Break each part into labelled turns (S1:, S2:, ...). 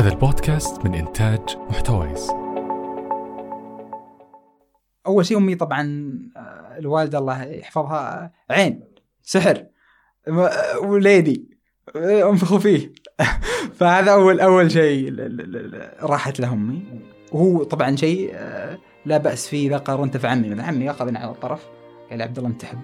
S1: هذا البودكاست من إنتاج محتويس.
S2: أول شيء أمي طبعا الوالدة الله يحفظها عين سحر وليدي أنفخوا فيه. فهذا أول شيء راحت له أمي، وهو طبعا شيء لا بأس فيه إذا قارنت في عمي. من عمي أخذني على الطرف قال عبد الله أنت تحب.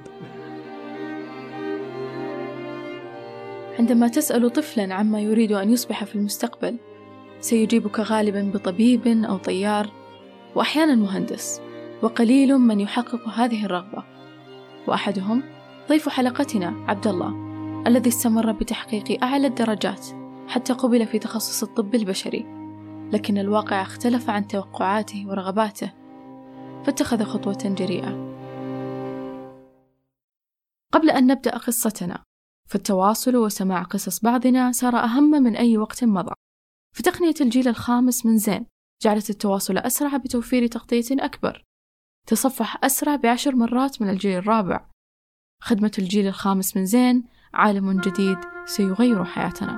S3: عندما تسأل طفلا عما يريد أن يصبح في المستقبل سيجيبك غالبا بطبيب أو طيار، وأحيانا مهندس، وقليل من يحقق هذه الرغبة. وأحدهم ضيف حلقتنا عبد الله، الذي استمر بتحقيق أعلى الدرجات حتى قبل في تخصص الطب البشري، لكن الواقع اختلف عن توقعاته ورغباته، فاتخذ خطوة جريئة. قبل أن نبدأ قصتنا، فالتواصل وسماع قصص بعضنا صار أهم من أي وقت مضى. فتقنية الجيل الخامس من زين جعلت التواصل أسرع بتوفير تغطية أكبر، تصفح أسرع ب10 مرات من الجيل الرابع. خدمة الجيل الخامس من زين عالم جديد سيغير حياتنا.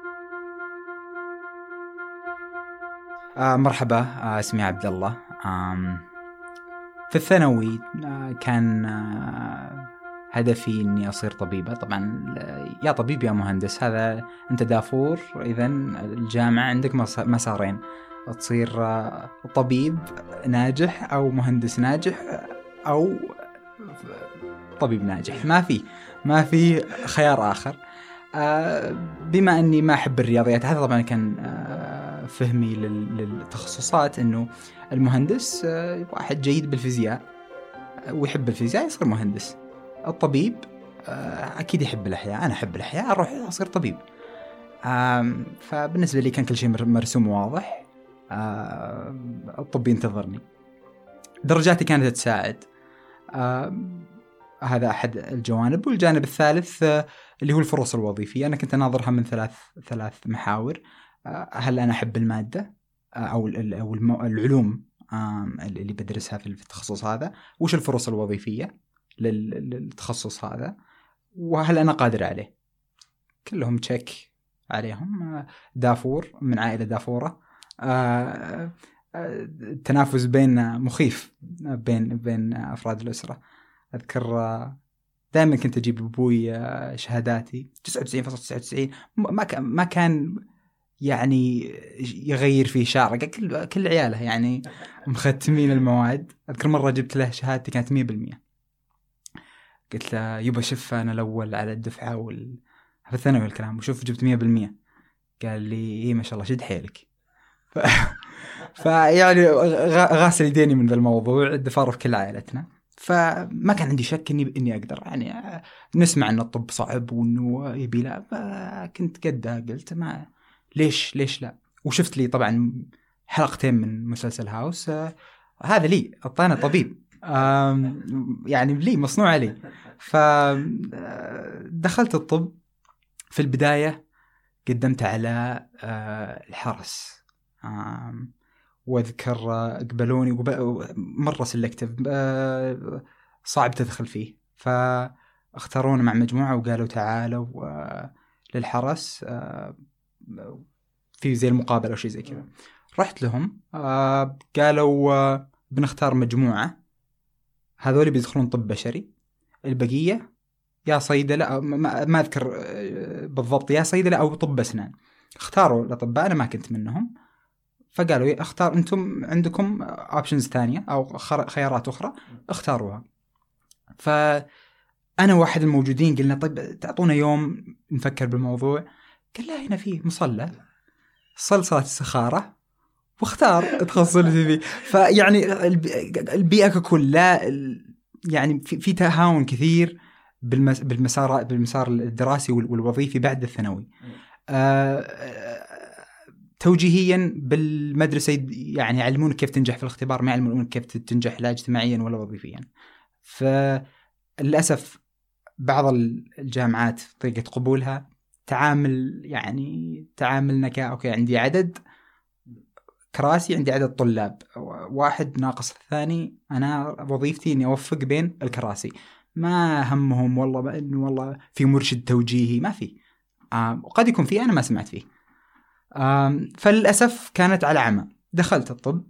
S2: مرحبا، اسمي عبد الله. في الثانوي كان هدفي إني أصير طبيبة. طبعا يا طبيب يا مهندس، هذا أنت دافور. إذن الجامعة عندك مسارين، تصير طبيب ناجح أو مهندس ناجح أو طبيب ناجح، ما في خيار آخر. بما أني ما أحب الرياضيات، هذا طبعا كان فهمي للتخصصات، إنه المهندس واحد جيد بالفيزياء ويحب الفيزياء يصير مهندس. الطبيب أكيد يحب الأحياء، أنا أحب الأحياء أروح أصير طبيب. فبالنسبة لي كان كل شيء مرسوم واضح. الطب ينتظرني، درجاتي كانت تساعد. هذا أحد الجوانب. والجانب الثالث اللي هو الفرص الوظيفية. أنا كنت أناظرها من ثلاث محاور. هل أنا أحب المادة أو العلوم اللي بدرسها في التخصص هذا، وش الفرص الوظيفية للتخصص هذا، وهل أنا قادر عليه. كلهم تشيك عليهم. دافور من عائلة دافورة. التنافس بين مخيف بين أفراد الأسرة. أذكر دائما كنت أجيب أبوي شهاداتي 99.99، ما كان يعني يغير فيه شعره، كل عياله يعني مختمين المواد. أذكر مرة جبت له شهادتي كانت 100%، قلت له يبا شوف أنا الأول على الدفعة في الثانوي الكلام، وشوف جبت 100%. قال لي إيه ما شاء الله شد حيلك. فيعني غاسل يديني من ذا الموضوع، الدفار في كل عائلتنا. فما كان عندي شك إني أقدر. يعني نسمع أن الطب صعب وإنه يبي لا، كنت قدها قلت ما ليش لا. وشفت لي طبعا حلقتين من مسلسل هاوس، هذا لي أطانا طبيب، يعني لي مصنوع لي. فدخلت الطب. في البداية قدمت على الحرس، واذكر قبلوني مرة سلكتيف، صعب تدخل فيه، فاختارونا مع مجموعة وقالوا تعالوا للحرس في زي المقابلة أو شيء زي كذا. رحت لهم، قالوا بنختار مجموعة، هذول بيدخلون طب بشري، البقية يا صيدلة، ما أذكر بالضبط، يا صيدلة أو طب أسنان. اختاروا الأطباء، أنا ما كنت منهم. فقالوا اختار أنتم، عندكم أوبشنز ثانية أو خيارات أخرى اختاروها. فأنا واحد الموجودين قلنا طيب تعطونا يوم نفكر بالموضوع. قال لا هنا فيه مصلى صلاة السخارة واختار تخصصي فيه. فيعني البيئة ككل لا يعني في تهاون كثير بالمسار الدراسي والوظيفي بعد الثانوي. توجيهيا بالمدرسة يعني يعلمونك كيف تنجح في الاختبار، ما يعلمونك كيف تنجح لا اجتماعيا ولا وظيفيا. فللأسف بعض الجامعات طريقة قبولها تعاملنا أوكي عندي عدد كراسي، عندي عدد طلاب، واحد ناقص الثاني، أنا وظيفتي إني أوفق بين الكراسي. ما همهم والله في مرشد توجيهي، ما في. وقد يكون فيه، أنا ما سمعت فيه. فللأسف كانت على عمى. دخلت الطب،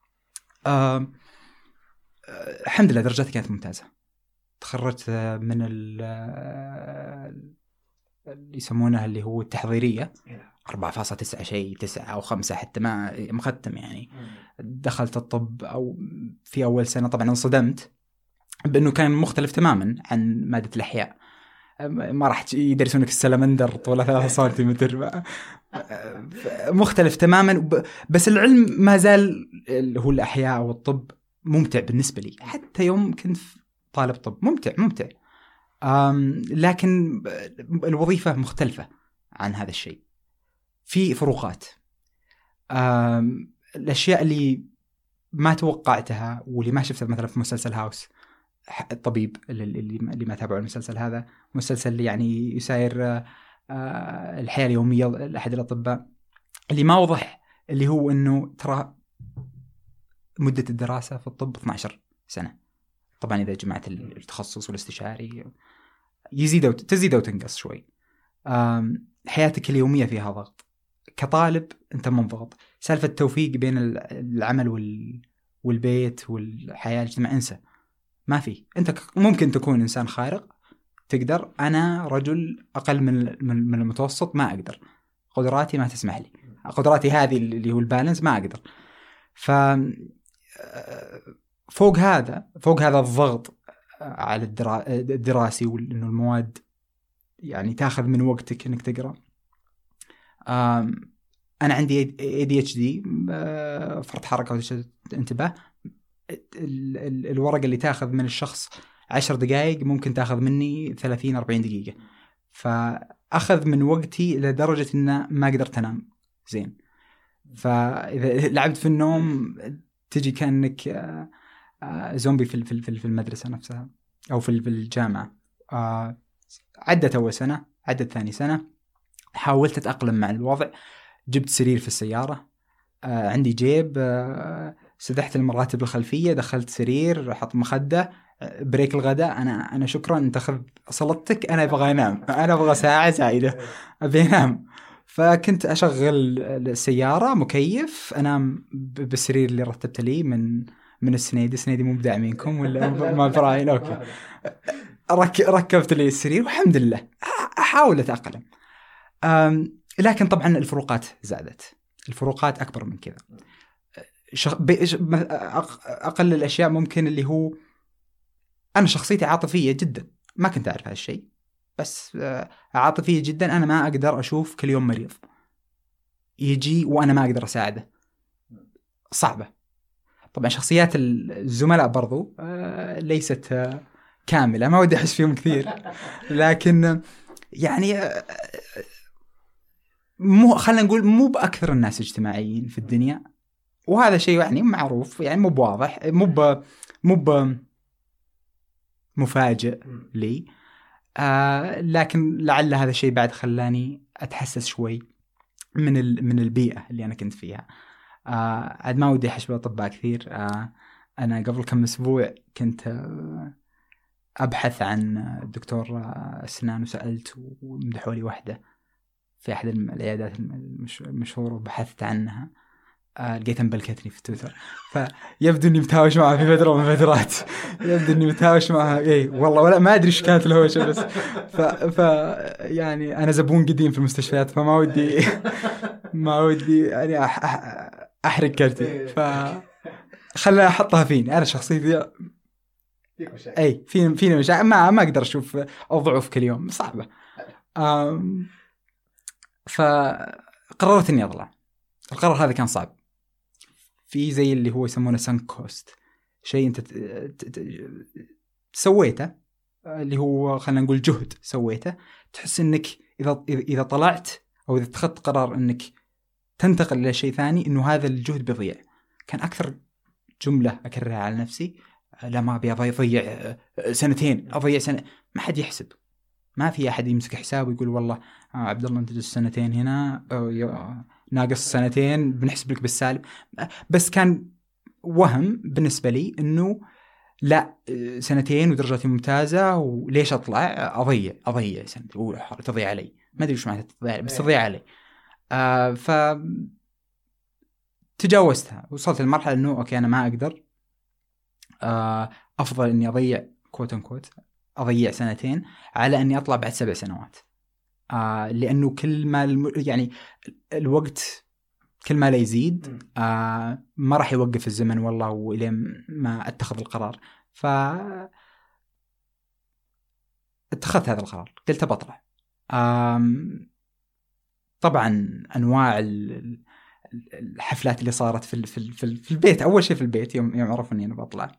S2: الحمد لله درجاتي كانت ممتازة. تخرجت من اللي يسمونها اللي هو التحضيرية 4.9 شيء 9 أو 5 حتى ما مختم يعني. دخلت الطب أو في أول سنة طبعا انصدمت بأنه كان مختلف تماما عن مادة الأحياء. ما راح يدرسونك السلمندر طوله 3 سنتيمتر، مختلف تماما. بس العلم ما زال اللي هو الأحياء والطب ممتع بالنسبة لي، حتى يوم كنت طالب طب ممتع. لكن الوظيفة مختلفة عن هذا الشيء، في فروقات. الأشياء اللي ما توقعتها واللي ما شفتها مثلا في مسلسل هاوس، الطبيب اللي ما تابعوا المسلسل هذا، مسلسل اللي يعني يساير الحياة اليومية لأحد الأطباء، اللي ما وضح اللي هو أنه ترى مدة الدراسة في الطب 12 سنة. طبعا إذا جمعت التخصص والاستشاري تزيد وتنقص شوي. حياتك اليومية فيها ضغط، كطالب أنت منضغط. سالفة التوفيق بين العمل والبيت والحياة الاجتماعية انسى، ما في. أنت ممكن تكون إنسان خارق تقدر، أنا رجل أقل من المتوسط ما أقدر، قدراتي ما تسمح لي، قدراتي هذه اللي هو البالانس ما أقدر. فوق هذا الضغط على الدراسي، وإنه المواد يعني تأخذ من وقتك إنك تقرأ. أنا عندي ADHD، فرط حركة وانتباه. الورقة اللي تأخذ من الشخص 10 دقائق ممكن تأخذ مني 30-40 دقيقة، فأخذ من وقتي لدرجة إن ما قدرت أنام زين. فإذا لعبت في النوم تجي كأنك زومبي في المدرسة نفسها أو في الجامعة. عدت أول سنة، عدت ثاني سنة، حاولت أتأقلم مع الوضع. جبت سرير في السيارة، عندي جيب، سدحت المراتب الخلفية، دخلت سرير، حط مخدة، بريك الغداء. أنا شكرا أنت خذ صلتك، أنا أبغى أنام، أنا أبغى ساعة زائدة أبي أنام. فكنت أشغل السيارة، مكيف، أنام بالسرير اللي رتبت لي من السنيدي مبدع منكم ولا ما براين. أوكي، ركبت لي السرير والحمد لله أحاول أتأقلم. لكن طبعا الفروقات زادت، الفروقات أكبر من كذا. أقل الأشياء ممكن اللي هو أنا شخصيتي عاطفية جدا، ما كنت أعرف هذا الشيء، بس عاطفية جدا. أنا ما أقدر أشوف كل يوم مريض يجي وأنا ما أقدر أساعده، صعبة. طبعا شخصيات الزملاء برضو ليست كاملة، ما ودي أحس فيهم كثير، لكن يعني خلنا نقول مو بأكثر الناس اجتماعيين في الدنيا، وهذا شيء يعني معروف، يعني مو بواضح، مو مفاجئ لي. لكن لعل هذا الشيء بعد خلاني أتحسس شوي من البيئة اللي أنا كنت فيها. عاد ما ودي أحش بالأطباء كثير. أنا قبل كم أسبوع كنت أبحث عن دكتور أسنان، وسألت ومدحوا لي واحدة في أحد العيادات المشهورة، وبحثت عنها، لقيتها مبلكتني في تويتر، فيبدو إني متهاوش معها في فترة من فترات، يبدو إني متهاوش معها. إيه والله، ولا ما أدري إيش كانت الهوشة، بس يعني أنا زبون قديم في المستشفيات، فما ودي يعني أحرق كرتي، فخلنا أحطها فيني أنا شخصيتي. أي فيني مشاعر ما أقدر أشوف أضعف كل يوم، صعبة. فقررت إني أطلع. القرار هذا كان صعب، في زي اللي هو يسمونه سانك كوست، شيء أنت سويته، اللي هو خلنا نقول جهد سويته، تحس إنك إذا طلعت أو إذا اتخذت قرار إنك تنتقل إلى شيء ثاني، إنه هذا الجهد بيضيع. كان أكثر جملة أكررها على نفسي، لا ما أبي أضيع سنتين، أضيع سنة. ما حد يحسب، ما في أحد يمسك حساب ويقول والله عبد الله أنت جلست سنتين هنا، ناقص سنتين بنحسب لك بالسالب. بس كان وهم بالنسبة لي إنه لا، سنتين ودرجاتي ممتازة، وليش أطلع أضيع سنتين تضيع علي. ما أدري وش معنى تضيع، بس تضيع علي. ف تجاوزتها، وصلت للمرحلة إنه أوكي أنا ما أقدر، أفضل إني أضيع كوت أن كوت أضيع 2 سنين على إني أطلع بعد 7 سنوات. لأنه كل ما يعني الوقت كل ما لا يزيد ما راح يوقف الزمن والله، وإلين ما أتخذ القرار. اتخذت هذا القرار، قلت بطلع. طبعا أنواع الحفلات اللي صارت في البيت، أول شيء في البيت يوم عرفوا إني أنا بطلع.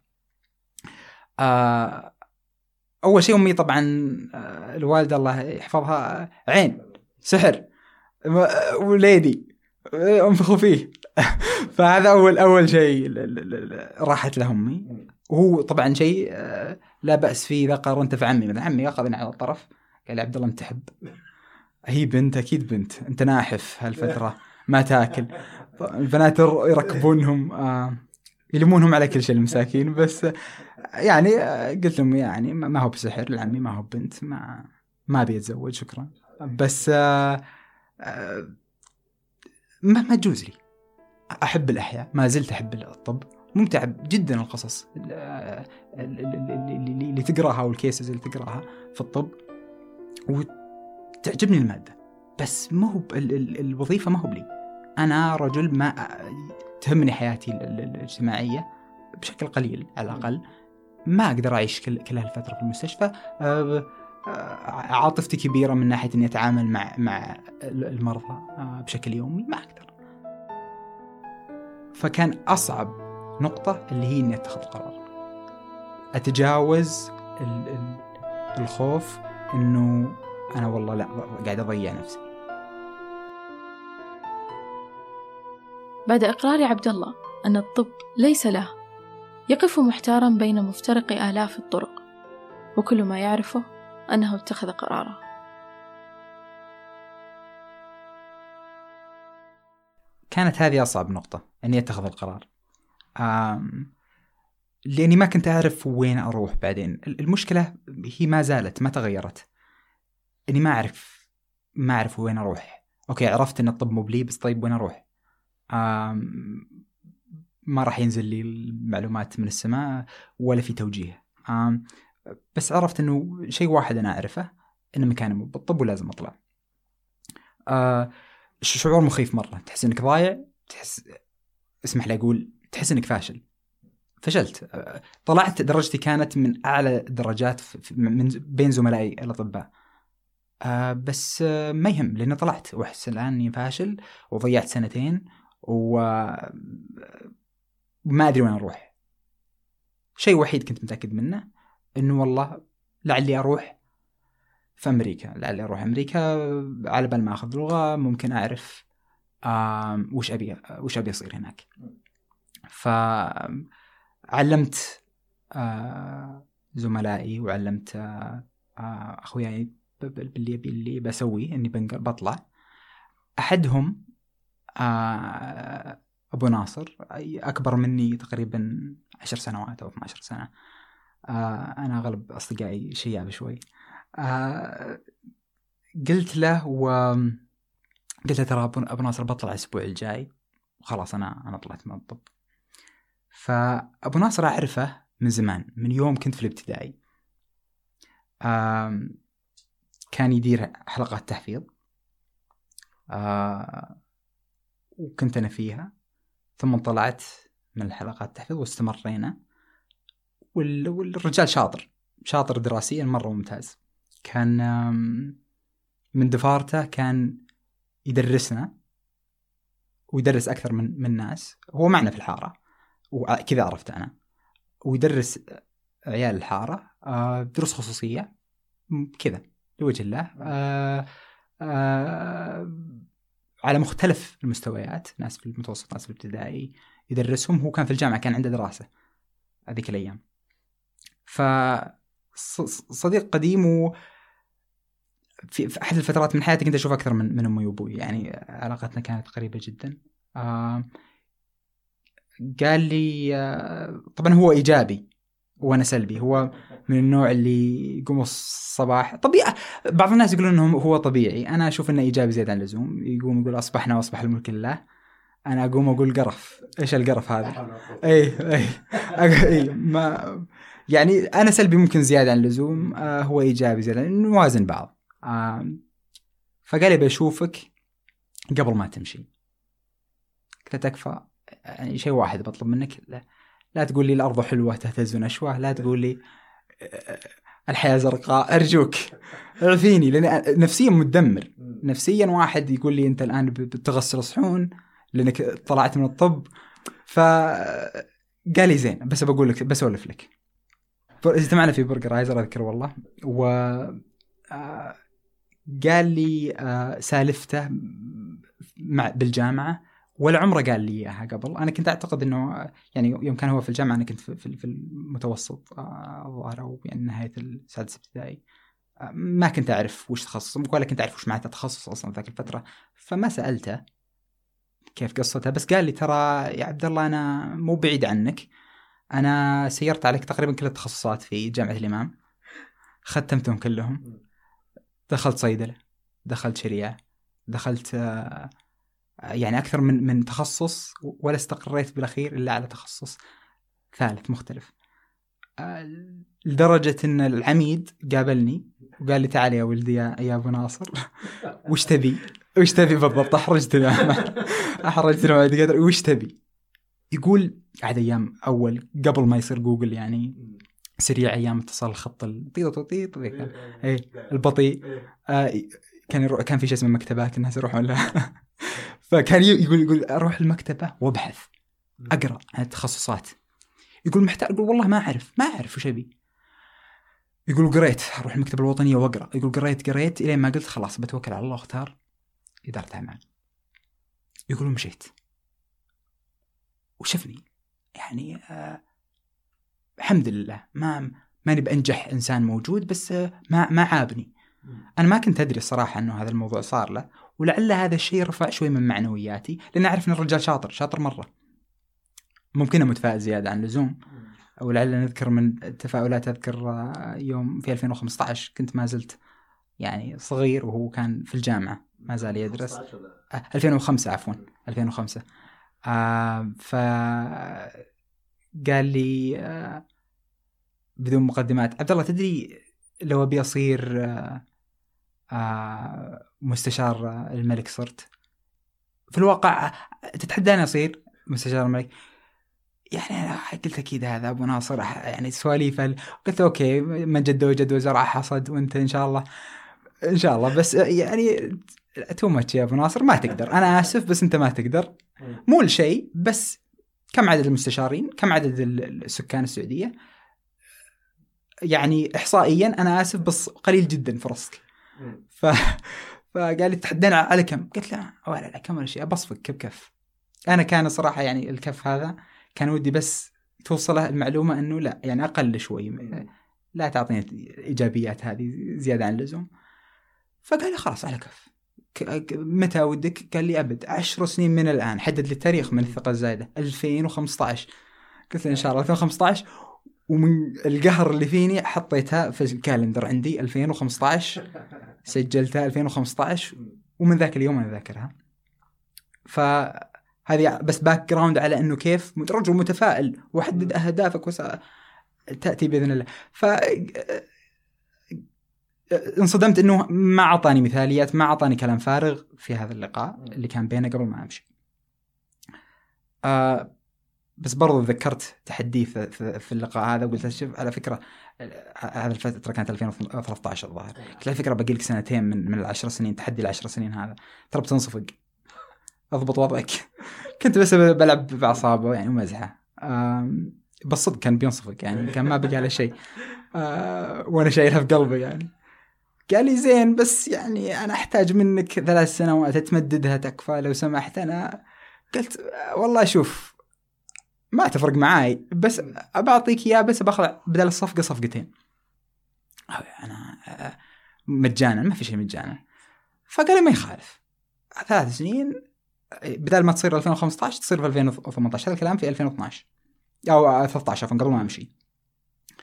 S2: أول شيء أمي طبعا الوالدة الله يحفظها عين سحر وليدي انفخوا فيه. فهذا أول شيء راحت له أمي. وهو طبعا شيء لا بأس فيه إذا قارنت في عمي. من عمي أخذني على الطرف قال لي عبد الله أنت تحب، هي بنت أكيد بنت، أنت ناحف هالفترة ما تاكل. البنات يركبونهم يلمونهم على كل شيء المساكين. بس يعني قلت لهم يعني ما هو بسحر لعمي، ما هو بنت، ما بيتزوج شكرا. بس ما تجوز لي. أحب الأحياء، ما زلت أحب الطب، ممتع جدا القصص اللي تقراها والكيسز اللي تقراها في الطب، وتعجبني المادة. بس ما هو الوظيفة ما هو لي. أنا رجل ما تهمني حياتي الاجتماعية بشكل قليل على الأقل، ما أقدر أعيش كل هالفترة في المستشفى. عاطفتي كبيرة من ناحية إني أتعامل مع المرضى بشكل يومي، ما أقدر. فكان أصعب نقطة اللي هي إني أتخذ قرار، أتجاوز الخوف إنه أنا والله لا قاعد أضيع نفسي.
S3: بعد إقرار عبد الله أن الطب ليس له، يقف محتارا بين مفترق آلاف الطرق، وكل ما يعرفه أنه اتخذ قراره.
S2: كانت هذه أصعب نقطة، أني أتخذ القرار، لأني ما كنت أعرف وين أروح بعدين. المشكلة هي ما زالت ما تغيرت، أني ما أعرف وين أروح. أوكي عرفت أن الطب مو بلي، بس طيب وين أروح؟ ما راح ينزل لي المعلومات من السماء ولا في توجيه. بس عرفت أنه شيء واحد أنا أعرفه، أن مكاني مو بالطب ولازم أطلع. شعور مخيف مرة، تحس أنك ضايع، اسمح لي أقول تحس أنك فاشل. فشلت، طلعت درجتي كانت من أعلى درجات من بين زملائي الأطباء. بس ما يهم، لأني طلعت وأحس الآن أني فاشل وضيعت 2 سنين وما أدري وين أروح. شيء وحيد كنت متأكد منه أنه والله لعلي أروح في أمريكا، لعلي أروح أمريكا على بال ما أخذ لغة ممكن أعرف وش أبي أصير هناك. فعلمت زملائي وعلمت أخوياي باللي بسويه إني بطلع. أحدهم أبو ناصر، أكبر مني تقريبا 10 سنوات أو 12 سنة. أنا أغلب أصدقائي شياب شوي. قلت له ترى أبو ناصر بطلع الأسبوع الجاي وخلاص أنا طلعت من الطب. فأبو ناصر أعرفه من زمان، من يوم كنت في الابتدائي. كان يدير حلقات تحفيظ، وكنت أنا فيها، ثم طلعت من الحلقات التحفيظ واستمرينا. والرجال شاطر دراسيا مرة ممتاز. كان من دفارته كان يدرسنا ويدرس أكثر من ناس. هو معنا في الحارة وكذا عرفت أنا، ويدرس عيال الحارة دروس خصوصية كذا لوجه الله، على مختلف المستويات، ناس في المتوسط ناس في الابتدائي يدرسهم. هو كان في الجامعة، كان عنده دراسة هذيك الأيام. فصديق قديم، وفي أحد الفترات من حياتي كنت أشوف أكثر من أمي وأبوي، يعني علاقتنا كانت قريبة جدا. قال لي طبعا هو إيجابي وانا سلبي. هو من النوع اللي يقوم الصباح طبيعي. بعض الناس يقولون انه هو طبيعي، انا اشوف انه ايجابي زيادة عن اللزوم. يقوم يقول اصبحنا واصبح الملك لله، انا اقوم اقول قرف، ايش القرف هذا؟ اي ما يعني انا سلبي ممكن زيادة عن اللزوم، هو ايجابي زيادة، نوازن بعض. فقال لي بشوفك قبل ما تمشي. قلت تكفى، يعني شيء واحد بطلب منك، لا تقول لي الأرض حلوة تهتز نشوة، لا تقول لي الحياة زرقاء، أرجوك عرفيني، لأن نفسيا متدمر. نفسيا واحد يقول لي أنت الآن بتغسل صحون لأنك طلعت من الطب. فقال لي زين، بس بقول لك، بس أولف لك. اجتمعنا في برجرايزر أذكر والله، قال لي سالفته بالجامعة ولا عمره قال لي إياها قبل. أنا كنت أعتقد إنه يعني يوم كان هو في الجامعة أنا كنت في المتوسط الظاهر، أو يعني نهاية السادس ابتدائي. ما كنت أعرف وش تخصص، ولا كنت أعرف وش معناته تخصص أصلا ذاك الفترة. فما سألته كيف قصتها، بس قال لي ترى يا عبد الله أنا مو بعيد عنك، أنا سيرت عليك تقريبا كل التخصصات في جامعة الإمام، ختمتهم كلهم. دخلت صيدلة، دخلت شريعة، دخلت يعني أكثر من تخصص، ولا استقريت بالأخير إلا على تخصص ثالث مختلف. لدرجة أن العميد قابلني وقال لي تعال يا ولدي يا أبو ناصر، وش تبي بالضبط؟ أحرجتنا بعد قدر. وش تبي؟ يقول عاد أيام أول قبل ما يصير جوجل، يعني سريع، أيام اتصال الخط البطيء. كان في شيء اسمه مكتبات الناس يروحون لها. فكان يقول أروح المكتبة وابحث أقرأ عن التخصصات. يقول محتاج، يقول والله ما أعرف وش أبي. يقول قريت، أروح المكتبة الوطنية وأقرأ. يقول قريت إلى ما قلت خلاص بتوكل على الله واختار إدارة أعمال. يقول مشيت وشفني، يعني الحمد لله ماني بأنجح إنسان موجود، بس ما عابني. أنا ما كنت أدري الصراحة أنه هذا الموضوع صار له، ولعل هذا الشيء رفع شوي من معنوياتي، لأن أعرف أن الرجال شاطر مرة. ممكن متفائل زيادة عن اللزوم، أو لعل نذكر من التفاؤلات. أذكر يوم في 2015 كنت ما زلت يعني صغير، وهو كان في الجامعة ما زال يدرس. 2005 عفوا 2005. فقال لي بدون مقدمات، عبد الله تدري لو أبي أصير مستشار الملك صرت؟ في الواقع تتحداني أصير مستشار الملك؟ يعني أنا قلت أكيد هذا أبو ناصر يعني سواليف. قلت أوكي، من جد وزرع حصد، وأنت إن شاء الله بس يعني تومتش يا أبو ناصر، ما تقدر. أنا آسف بس أنت ما تقدر، مو الشيء. بس كم عدد المستشارين، كم عدد السكان السعودية؟ يعني إحصائيا أنا آسف بس قليل جدا فرصك. فقال لي تحدينا على كم؟ قلت له ولا كم ولا شيء، بصفق كف. أنا كان صراحة يعني الكف هذا كان ودي بس توصله المعلومة أنه لا، يعني أقل شوي، لا تعطيني الإيجابيات هذه زيادة عن اللزوم. فقال لي خلاص على كف. متى ودك؟ قال لي أبد 10 سنين من الآن. حدد لي التاريخ من الثقة الزايدة 2015. قلت له إن شاء الله 2015. ومن القهر اللي فيني حطيتها في الكالندر عندي 2015، سجلتها 2015، ومن ذاك اليوم أنا ذاكرها. فهذه بس باك جراوند على أنه كيف رجل متفائل وحدد أهدافك تأتي بإذن الله. انصدمت أنه ما أعطاني مثاليات، ما أعطاني كلام فارغ في هذا اللقاء اللي كان بينه قبل ما أمشي. بس برضو ذكرت تحدي في اللقاء هذا، وقلت شوف على فكرة هذا الفترة كانت 2013 الظاهر. قلت على فكرة بقي لك سنتين من 10 سنين، تحدي 10 سنين هذا ترى بتنصفق، أضبط وضعك. كنت بس بلعب بأعصابه يعني ومزحة، بس صدق كان بينصفق، يعني كان ما بقى على شيء، وأنا شايلها في قلبي يعني. قال لي زين بس يعني أنا أحتاج منك 3 سنوات تمددها تكفى لو سمحت. أنا قلت والله شوف ما تفرق معاي، بس أبعطيك إياه، بس بخلع بدل الصفقة صفقتين. أنا مجانا، ما في شيء مجانا. فقال لي ما يخالف 3 سنين بدل ما تصير 2015 تصير في 2018. هذا الكلام في 2012 أو 13 قبل ما أمشي.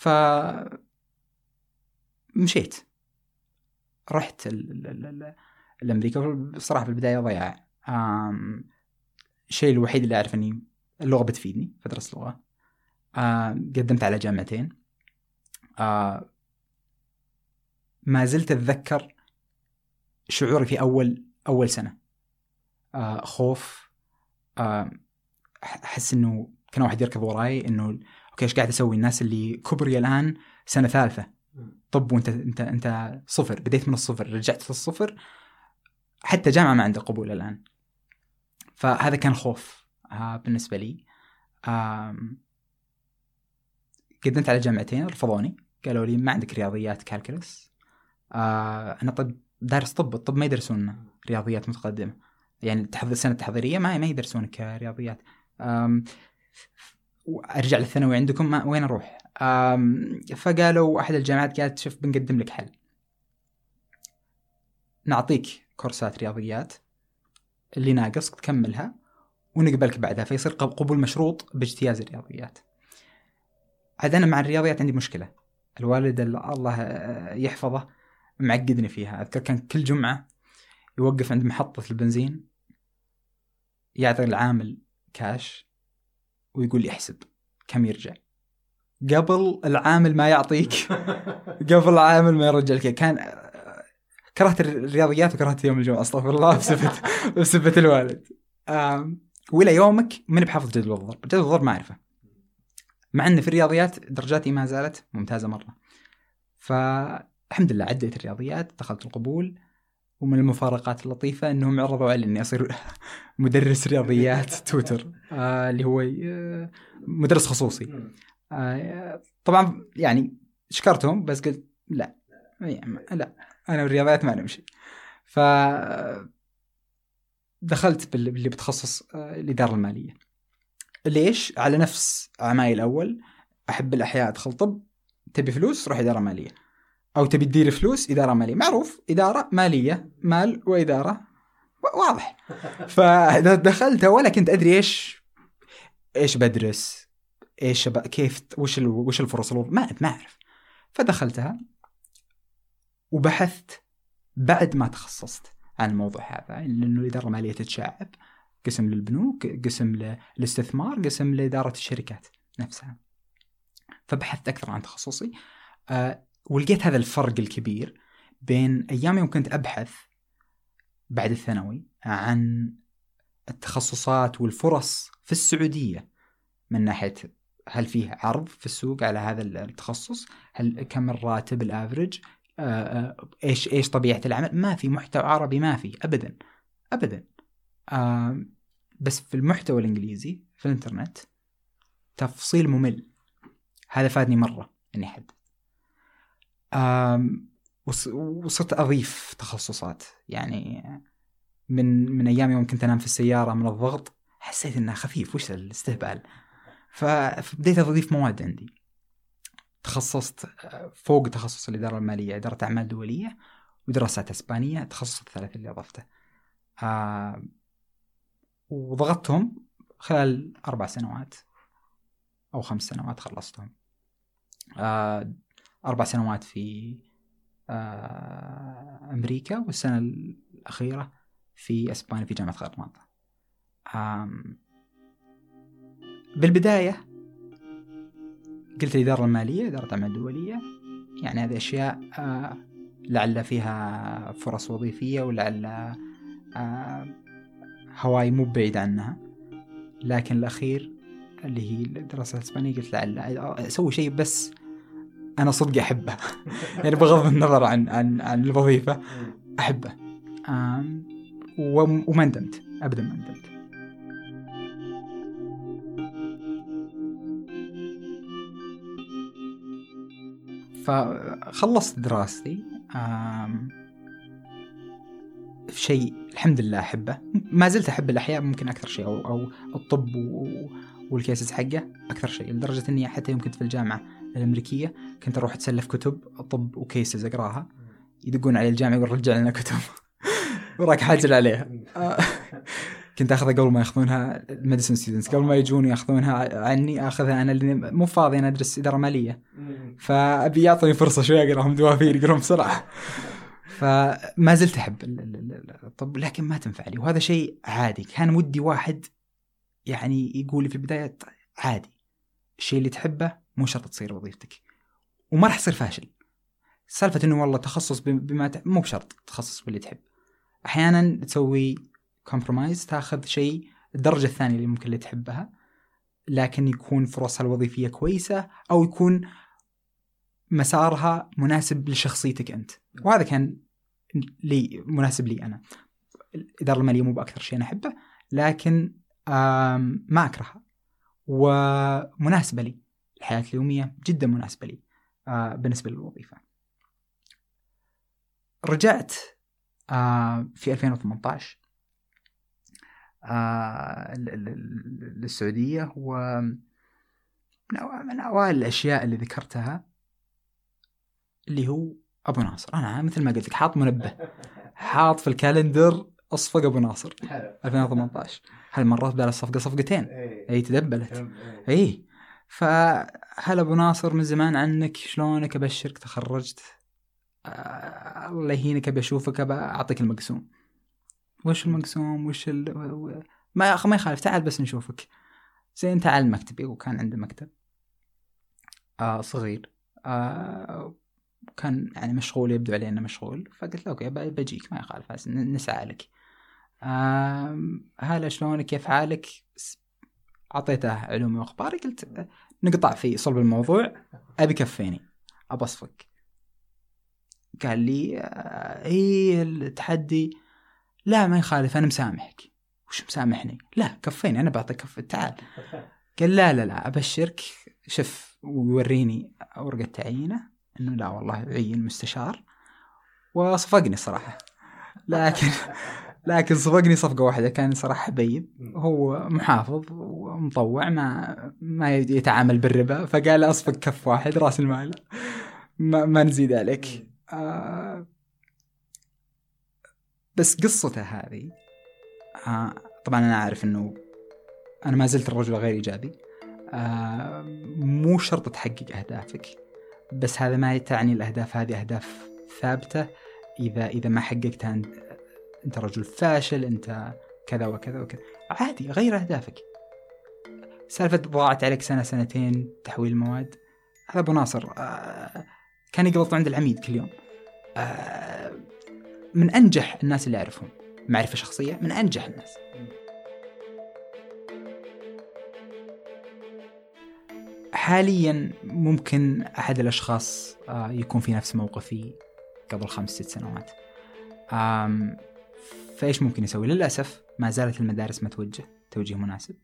S2: مشيت رحت الأمريكا. بصراحة في البداية ضياع. الشيء الوحيد اللي أعرف أني اللغة بتفيدني فدرس لغة. قدمت على جامعتين. ما زلت أتذكر شعوري في أول سنة، خوف. أحس إنه كان واحد يركض وراي إنه أوكي إيش قاعد أسوي؟ الناس اللي كبري الآن سنة ثالثة طب وأنت صفر، بديت من الصفر، رجعت للصفر، حتى جامعة ما عندها قبول الآن. فهذا كان خوف بالنسبة لي. قدمت على جامعتين رفضوني، قالوا لي ما عندك رياضيات كالكولس. أنا طب دارس الطب ما يدرسون رياضيات متقدمة، يعني السنة التحضيرية ما يدرسونك رياضيات. أرجع للثانوي عندكم وين أروح؟ فقالوا أحد الجامعات قالت شوف بنقدم لك حل، نعطيك كورسات رياضيات اللي ناقص تكملها ونقبلك بعدها، فيصير قبول مشروط باجتياز الرياضيات. عاد أنا مع الرياضيات عندي مشكلة، الوالد الله يحفظه معقدني فيها. أذكر كان كل جمعة يوقف عند محطة البنزين يعطي العامل كاش ويقول لي احسب كم يرجع، قبل العامل ما يعطيك قبل العامل ما يرجع لك. كان كرهت الرياضيات وكرهت يوم الجمعة أستغفر الله بسبة الوالد. وإلى يومك من بحفظ جدول الضرب ما أعرفه، مع أن في الرياضيات درجاتي ما زالت ممتازة مرة. فالحمد لله عديت الرياضيات، دخلت القبول. ومن المفارقات اللطيفة أنهم عرضوا علي أني أصير مدرس رياضيات توتر، اللي هو مدرس خصوصي. طبعا يعني شكرتهم، بس قلت لا أنا والرياضيات ما نمشي. فدخلت باللي بتخصص الإدارة المالية. ليش؟ على نفس أعمالي الأول، أحب الأحياء أدخل طب، تبي فلوس روح إدارة مالية، أو تبي تدير فلوس إدارة مالية، معروف إدارة مالية، مال وإدارة واضح. فدخلتها ولا كنت أدري إيش بدرس، كيف وش الفرص ما أعرف. فدخلتها وبحثت بعد ما تخصصت عن الموضوع هذا، لأنه الإدارة المالية تتشعب، قسم للبنوك، قسم للاستثمار، قسم لإدارة الشركات نفسها. فبحثت أكثر عن تخصصي، ولقيت هذا الفرق الكبير بين أيام يوم كنت أبحث بعد الثانوي عن التخصصات والفرص في السعودية، من ناحية هل فيه عرض في السوق على هذا التخصص، هل كم الراتب الافريج، ايش طبيعة العمل. ما في محتوى عربي، ما في أبدا. بس في المحتوى الإنجليزي في الإنترنت تفصيل ممل. هذا فادني مرة إني حد. وصرت أضيف تخصصات، يعني من أيام يوم كنت أنام في السيارة من الضغط حسيت إنها خفيف، وش الاستهبال. فبديت أضيف مواد عندي. تخصصت فوق تخصص الإدارة المالية إدارة أعمال دولية ودراسات إسبانية، تخصص الثلاث اللي أضفته. وضغطتهم خلال 4 سنوات أو 5 سنوات خلصتهم. 4 سنوات في أمريكا، والسنة الأخيرة في أسبانيا في جامعة غرناطة. بالبداية قلت الإدارة المالية إدارة أعمال دولية، يعني هذه أشياء لعل فيها فرص وظيفية، ولعل هواي مو بعيد عنها. لكن الأخير اللي هي الدراسة الإسبانية قلت لعل أسوي شيء بس أنا صدق أحبه يعني بغض النظر عن الوظيفة أحبه. وما ندمت أبدا، ما ندمت. فخلصت دراستي في شيء الحمد لله أحبه، ما زلت أحب الأحياء ممكن أكثر شيء، أو الطب والكيسز حقه أكثر شيء، لدرجة أني حتى يوم كنت في الجامعة الأمريكية كنت أروح أتسلف كتب طب وكيسز أقراها، يدقون على الجامعة يقول رجع لنا كتب وراك حاجل عليها. كنت أخذها قبل ما يأخذونها الميديسن ستودنتس، قبل ما يجون يأخذونها عني أخذها أنا اللي مو فاضي أنا أدرس إدارة مالية، فأبي يعطوني فرصة شوية أقراهم دوافير يقرون بسرعة. فما زلت أحب الطب لكن ما تنفع لي، وهذا شيء عادي. كان ودي واحد يعني يقول لي في البداية عادي، الشيء اللي تحبه مو شرط تصير وظيفتك، وما راح تصير فاشل. سالفة إنه والله تخصص بما مو بشرط تخصص باللي تحب. أحيانا تسوي كومبرومايز، تاخذ شيء الدرجة الثانية اللي ممكن اللي تحبها، لكن يكون فرصها الوظيفية كويسة أو يكون مسارها مناسب لشخصيتك أنت. وهذا كان لي مناسب لي أنا. الإدارة المالية مو بأكثر شيء أنا أحبه، لكن ما أكرهها ومناسبة لي. الحياة اليومية جدا مناسبة لي بالنسبة للوظيفة. رجعت في 2018 للسعودية، ومن أوائل الأشياء اللي ذكرتها اللي هو أبو ناصر. أنا مثل ما قلت لك حاط منبه، حاط في الكالندر أصفق أبو ناصر 2018. هالمرة بدل الصفقة صفقتين، أي تدبلت. أي فهل أبو ناصر من زمان عنك، شلونك، أبشرك تخرجت، الله يهينك، أبي أشوفك، أبي أعطيك المقسوم. وش المقسوم؟ وش ما يخالف، تعال بس نشوفك. زين تعال مكتبي. وكان عنده مكتب صغير، كان يعني مشغول، يبدو عليه انه مشغول. فقلت له اوكي بجيك، ما يخالف، بس نسعى لك. هلا شلونك، كيف حالك؟ اعطيته علومي واخباري. قلت نقطع في صلب الموضوع، ابي كفيني، ابى اصفق. قال لي ايه التحدي؟ لا ما يخالف، انا مسامحك. وش مسامحني؟ لا كفيني، انا بعطيك كف، تعال. قال لا ابشرك، شوف، ويوريني ورقة تعيينه انه لا والله عين مستشار. وصفقني صراحة، لكن صفقني صفقة واحدة، كان صراحة حبيب. هو محافظ ومطوع، ما يتعامل بالربا، فقال اصفق كف واحد راس المال، ما نزيد عليك. بس قصته هذه، طبعا أنا أعرف أنه أنا ما زلت الرجل غير إيجابي. مو شرط تحقق أهدافك، بس هذا ما تعني الأهداف هذه أهداف ثابتة. إذا ما حققتها أنت رجل فاشل، أنت كذا وكذا وكذا. عادي، غير أهدافك. سالفة ضاعت عليك سنة سنتين تحويل المواد، هذا أبو ناصر كان يقلط عند العميد كل يوم. من أنجح الناس اللي أعرفهم، معرفة شخصية، من أنجح الناس. حاليا ممكن أحد الأشخاص يكون في نفس موقفي قبل 5-6 سنوات. فإيش ممكن يسوي؟ للأسف ما زالت المدارس ما توجه توجيه مناسب.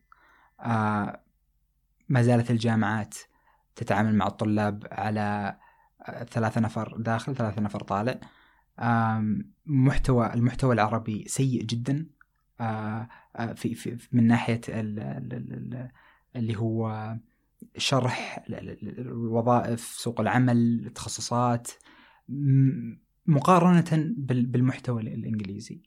S2: ما زالت الجامعات تتعامل مع الطلاب على 3 نفر داخل 3 نفر طالع. المحتوى العربي سيء جدا، في من ناحية اللي هو شرح الوظائف، سوق العمل، التخصصات، مقارنة بالمحتوى الإنجليزي.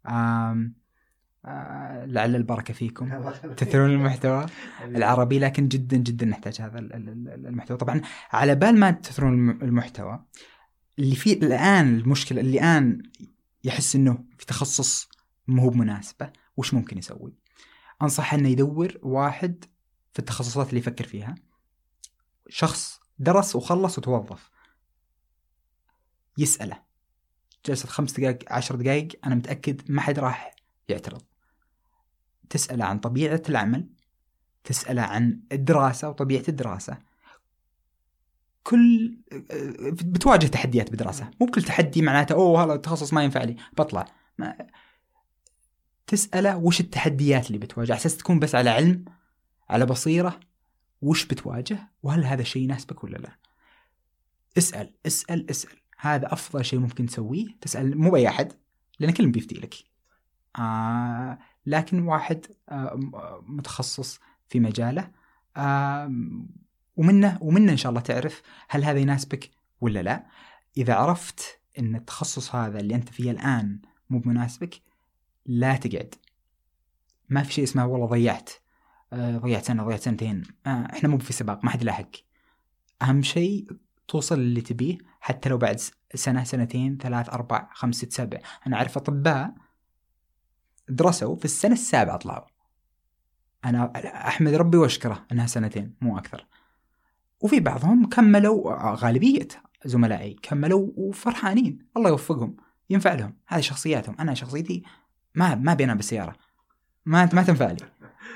S2: لعل البركة فيكم تثيرون المحتوى العربي، لكن جدا جدا نحتاج هذا المحتوى. طبعا على بال ما تثيرون المحتوى اللي فيه الآن، المشكلة اللي الآن يحس إنه في تخصص مو مناسبة، وش ممكن يسوي؟ أنصح إنه يدور واحد في التخصصات اللي يفكر فيها، شخص درس وخلص وتوظف، يسأله جلسة 5 دقائق 10 دقائق، أنا متأكد ما حد راح يعترض. تسأله عن طبيعة العمل، تسأله عن الدراسة وطبيعة الدراسة. بتواجه تحديات بالدراسة، مو كل تحدي معناته هذا التخصص ما ينفع لي بطلع. تسأله وش التحديات اللي بتواجه، أساس تكون بس على علم، على بصيرة وش بتواجه، وهل هذا الشيء يناسبك ولا لا. اسأل اسأل اسأل، هذا أفضل شيء ممكن تسويه. تسأل مو بأي أحد، لأن كلهم بيفتي لك، لكن واحد متخصص في مجاله، ومنه إن شاء الله تعرف هل هذا يناسبك ولا لا. إذا عرفت إن التخصص هذا اللي أنت فيه الآن مو مناسبك، لا تقعد، ما في شيء اسمه والله ضيعت سنة ضيعت سنتين. إحنا مو في سباق، ما حد لاحق. أهم شيء توصل اللي تبيه، حتى لو بعد سنة، سنتين، 3، 4، 5، 6، 7. أنا أعرف أطباء درسوا في السنة 7 طلعوا. أنا أحمد ربي وأشكره أنها 2 مو أكثر. وفي بعضهم كملوا، غالبية زملائي كملوا وفرحانين، الله يوفقهم، ينفع لهم، هذه شخصياتهم. أنا شخصيتي ما بينا بالسيارة، ما تنفع لي.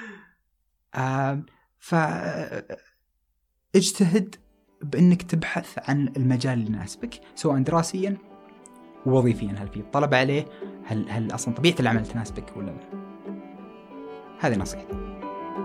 S2: فاجتهد بأنك تبحث عن المجال اللي يناسبك، سواء دراسيا ووظيفيا، هل في طلب عليه، هل أصلا طبيعة العمل تناسبك ولا لا. هذه نصيحتي.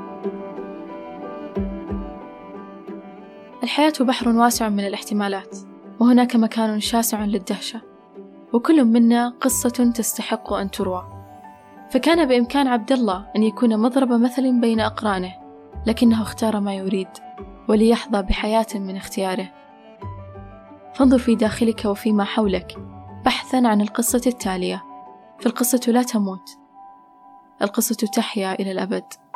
S3: الحياة بحر واسع من الاحتمالات، وهناك مكان شاسع للدهشة، وكل منا قصة تستحق أن تروى. فكان بإمكان عبد الله أن يكون مضرب مثل بين أقرانه، لكنه اختار ما يريد وليحظى بحياة من اختياره. فانظر في داخلك وفيما حولك بحثا عن القصة التالية، فالقصة لا تموت، القصة تحيا إلى الأبد.